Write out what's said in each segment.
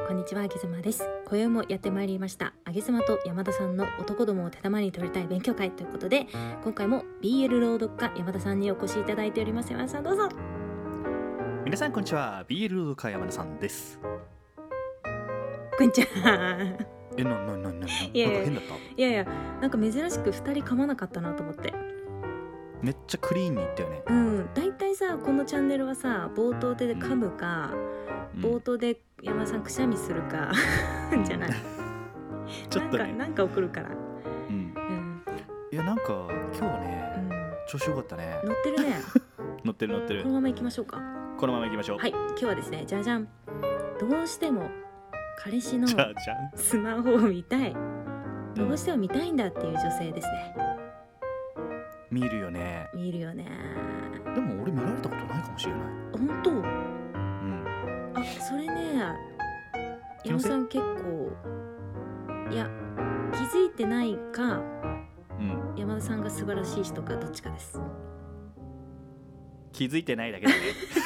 こんにちは、あげずまです。今宵もやってまいりましたあげずまと山田さんの男どもを手玉に取りたい勉強会ということで、今回も BL 朗読家山田さんにお越しいただいております。山田さんどうぞ。 皆さんこんにちは、 BL 朗読家山田さんです。 こんにちは。 なんか変だった。 いやなんか珍しく2人噛まなかったなと思って。 めっちゃクリーンにいったよね。 だいたいさ、このチャンネルはさ、冒頭で噛むか、冒頭で山田さんくしゃみするかじゃないちょっとね、 なんか送るから。 いやなんか今日はね、調子よかったね。 乗ってるね。 乗ってる。 このまま行きましょうか。 このまま行きましょう。 はい、今日はですね、じゃじゃん、どうしても彼氏のスマホを見たい、どうしても見たいんだっていう女性ですね。 見るよね。でも俺見られたことないかもしれない。 本当？あ、それね、山田さん結構、いや、気づいてないか、山田さんが素晴らしい人かどっちかです。 気づいてないだけだね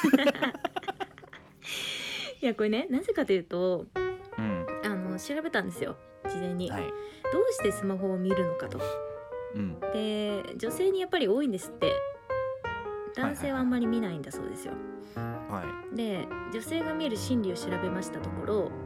いやこれね、なぜかというと、調べたんですよ、事前に、どうしてスマホを見るのかと。で、女性にやっぱり多いんですって。男性はあんまり見ないんだそうですよ。で、女性が見る心理を調べましたところ、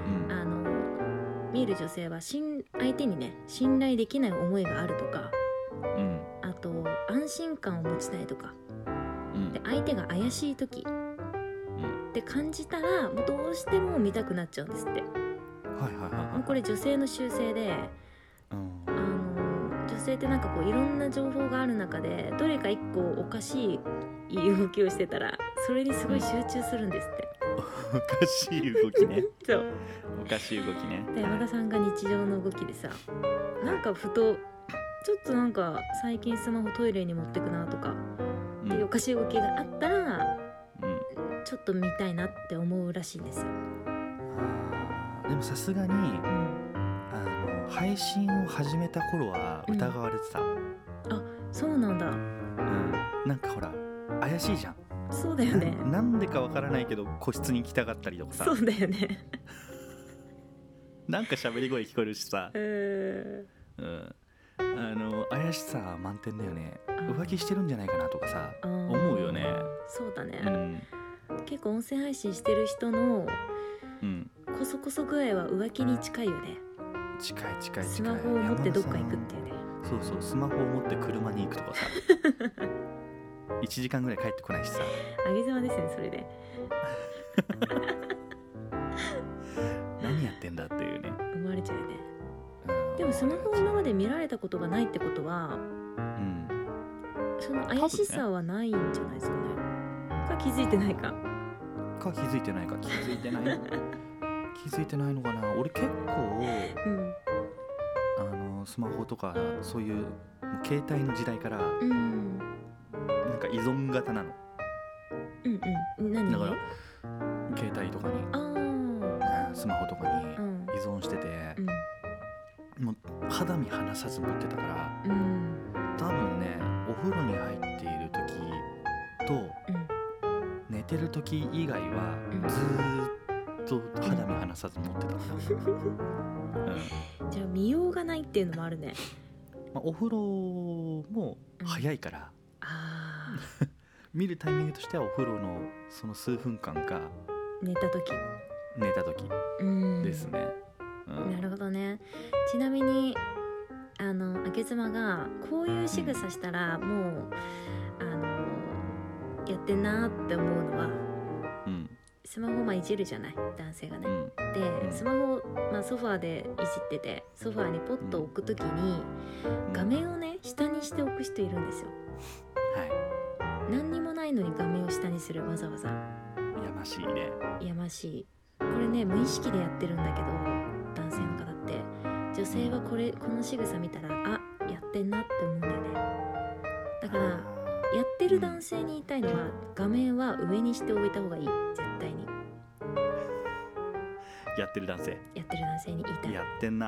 見る女性は相手にね、信頼できない思いがあるとか、あと安心感を持ちたいとか、で相手が怪しい時って感じたら、もうどうしても見たくなっちゃうんですって。これ女性の習性で、女性ってなんかこういろんな情報がある中で、どれか一個おかしい動きをしてたら、それにすごい集中するんですって。 おかしい動きね。 そうおかしい動きね。 で、山田さんが日常の動きでさ、なんかふとちょっとなんか最近スマホトイレに持ってくなとか、でおかしい動きがあったら、ちょっと見たいなって思うらしいんですよ。 でもさすがに、配信を始めた頃は疑われてた。 あ、そうなんだ。 なんかほら怪しいじゃん。 そうだよね。 なんでかわからないけど個室に行きたがったりとかさ。 そうだよね。 なんか喋り声聞こえるしさ。怪しさ満点だよね。浮気してるんじゃないかなとかさ、思うよね。 そうだね。結構音声配信してる人のコソコソ具合は浮気に近いよね。 近い。 スマホを持ってどっか行くっていうね。 そう、スマホを持って車に行くとかさ1時間ぐらい帰ってこないしさ。 あげざまですね、それで何やってんだっていうね、 思われちゃうよね。でもスマホを今まで見られたことがないってことは、その怪しさはないんじゃないですかね。か気づいてないか。 気づいてないのかな。俺結構、スマホとかそういう携帯の時代から、なんか依存型なの。 何だから携帯とかに、スマホとかに依存してて、もう肌身離さず持ってたから、多分ね、お風呂に入っている時と、寝てる時以外はずっと肌身離さず持ってたから、 じゃあ見ようがないっていうのもあるね。 お風呂も早いから、見るタイミングとしてはお風呂のその数分間か寝た時ですね。 なるほどね。ちなみにあげ妻がこういう仕草したら、もうやってんなって思うのは、スマホいじるじゃない、男性がね。で、スマホ、ソファーでいじってて、ソファーにポッと置くときに、画面をね下にして置く人いるんですよ。何にもないのに画面を下にする、わざわざ。 やましいね。 やましい。これね、無意識でやってるんだけど、男性の方って。女性はこの仕草見たら、やってんなって思うんだよね。だからやってる男性に言いたいのは、画面は上にしておいた方がいい、絶対に。 やってる男性に言いたい。やってんな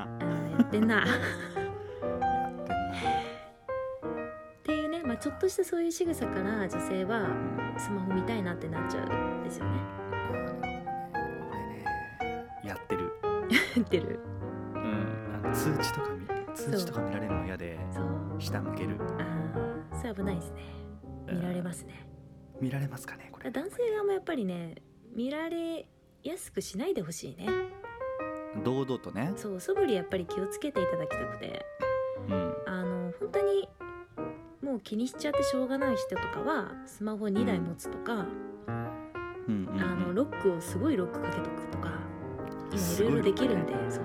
っていうね、ちょっとしたそういう仕草から女性はスマホ見たいなってなっちゃうんですよね。 やってるやってる。 通知とか見られるの嫌で下向ける。 それ危ないですね。見られますね。 見られますかねこれ。 男性側もやっぱりね見られやすくしないでほしいね。 堂々とね。 そう素振りやっぱり気をつけていただきたくて、本当にもう気にしちゃってしょうがない人とかはスマホ2台持つとか、ロックをすごいロックかけとくとか今いろいろできるんで、そう、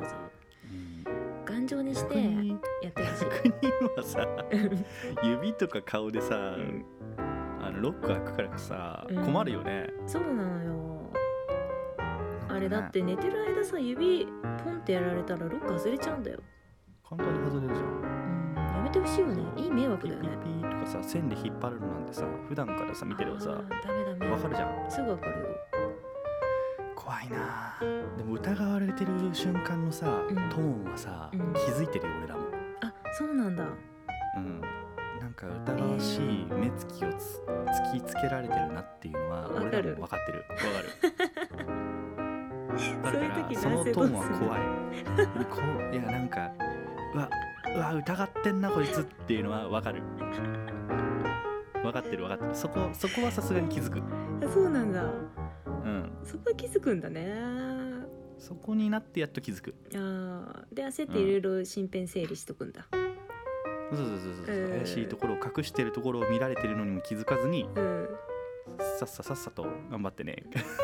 頑丈にしてやってほしい。 逆に今さ指とか顔でさ、ロック開くからさ、困るよね。そうなのよ。あれだって寝てる間さ指ポンってやられたらロック外れちゃうんだよ。簡単に外れるじゃん。やめてほしいよね。いい迷惑だよね。ピーとかさ線で引っ張るのなんてさ普段からさ見てればさダメわかるじゃん。すぐわかるよ。怖いな。でも疑われてる瞬間のさ、トーンはさ、気づいてるよ俺らも。そうなんだ。なんか疑わしい目つきを突きつけられてるなっていうのは俺らも分かってる。だからそのトーンは怖い。いやなんかうわ疑ってんなこいつっていうのは分かる。分かってる。そこはさすがに気づく。そうなんだ。そこは気づくんだね。そこになってやっと気づく。で焦っていろいろ身辺整理しとくんだ。そう怪しいところを隠してるところを見られてるのにも気づかずに、さっさと頑張ってね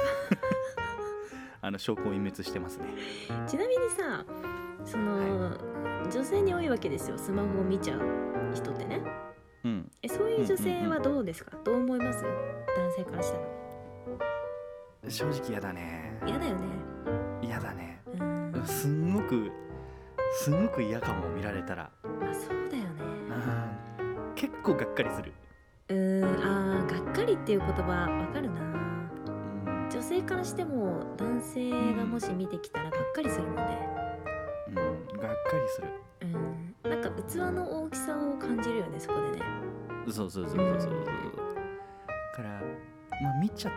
証拠を隠滅してますね。ちなみにさ女性に多いわけですよ、スマホを見ちゃう人ってね。そういう女性はどうですか、どう思います？男性からしたら。正直嫌だね。嫌だよね。嫌だね。すんごく嫌かも、見られたら。そうだよね。結構がっかりする。がっかりっていう言葉わかるな。女性からしても男性がもし見てきたらがっかりするので。がっかりする。なんか器の大きさを感じるよね、そこでね。そうだから見ちゃって、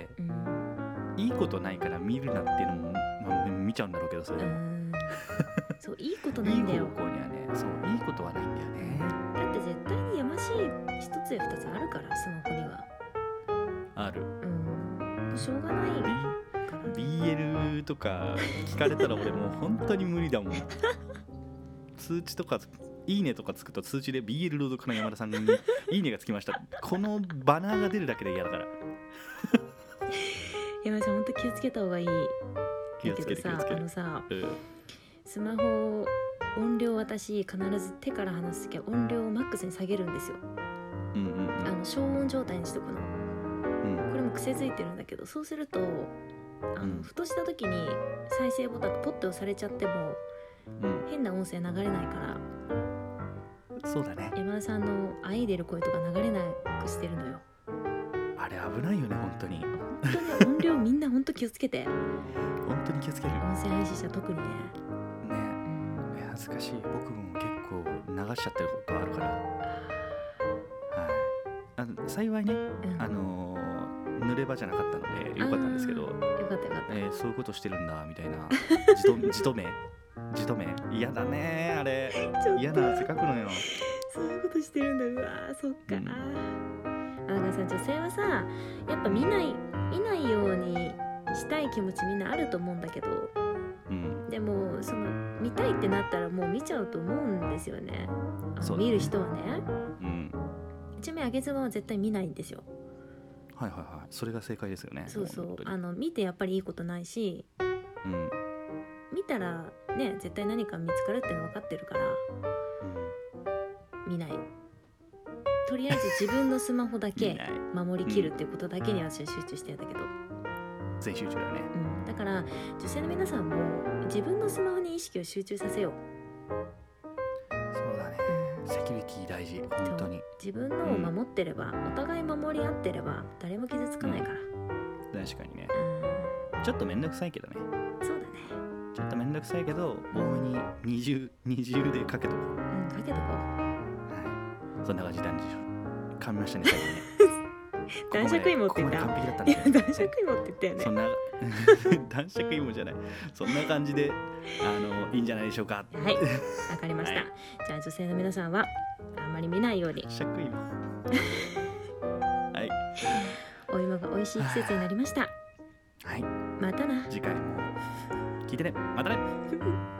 いいことないから見るなっていうのも、見ちゃうんだろうけど、それでもそういいことないんだよ。いい方向にはね、そういいことはないんだよね。だって絶対にやましい一つや二つあるから、スマホにはある。しょうがないから、ね、BL とか聞かれたら俺もう本当に無理だもん通知とかいいねとかつくと通知で BL 朗読の山田さんにいいねがつきましたこのバナーが出るだけで嫌だから山田さん本当気をつけた方がいい。気をつけてスマホ音量、私必ず手から離すときは音量をマックスに下げるんですよ。消音状態にしとくの。これも癖づいてるんだけど、そうするとふとした時に再生ボタンポッて押されちゃっても、変な音声流れないから。そうだね。山田さんのあいでる声とか流れなくしてるのよ。あれ危ないよね、本当に。音量みんな本当気をつけて。本当に気をつける。音声配信者特にね。恥ずかしい。僕も結構流しちゃってることあるから。幸いね、濡れ場じゃなかったのでよかったんですけど。よかった。そういうことしてるんだみたいな。じとめ嫌だねあれ。嫌な汗かくのよ。そういうことしてるんだ。うわそっか。だからさ、女性はさやっぱ見ないようにしたい気持ちみんなあると思うんだけど、でも見たいってなったらもう見ちゃうと思うんですよね。見る人はね。ちなみにあげずまは絶対見ないんですよ。はい。それが正解ですよね。そう見てやっぱりいいことないし、見たらね絶対何か見つかるっての分かってるから、見ない。とりあえず自分のスマホだけ守りきるっていうことだけに私は集中してるんだけど。全集中だね。だから女性の皆さんも自分のスマホに意識を集中させよう。そうだね。セキュリティ大事、本当に。自分のを守ってれば、お互い守り合ってれば誰も傷つかないから。確かにね。ちょっとめんどくさいけどね。そうだね。ちょっとめんどくさいけど、多めに二重でかけとこう。かけとこう。そんな感じなんでしょう。噛みましたね、最後ね。 男爵芋って言った。 完璧だったね。 男爵芋って言ったよね。 そんな男爵芋じゃない。そんな感じでいいんじゃないでしょうか。 はい、わかりました。じゃあ女性の皆さんはあんまり見ないように。 男爵芋。はい。 お芋が美味しい季節になりました。 はい。 またな。 次回も聞いてね。またね。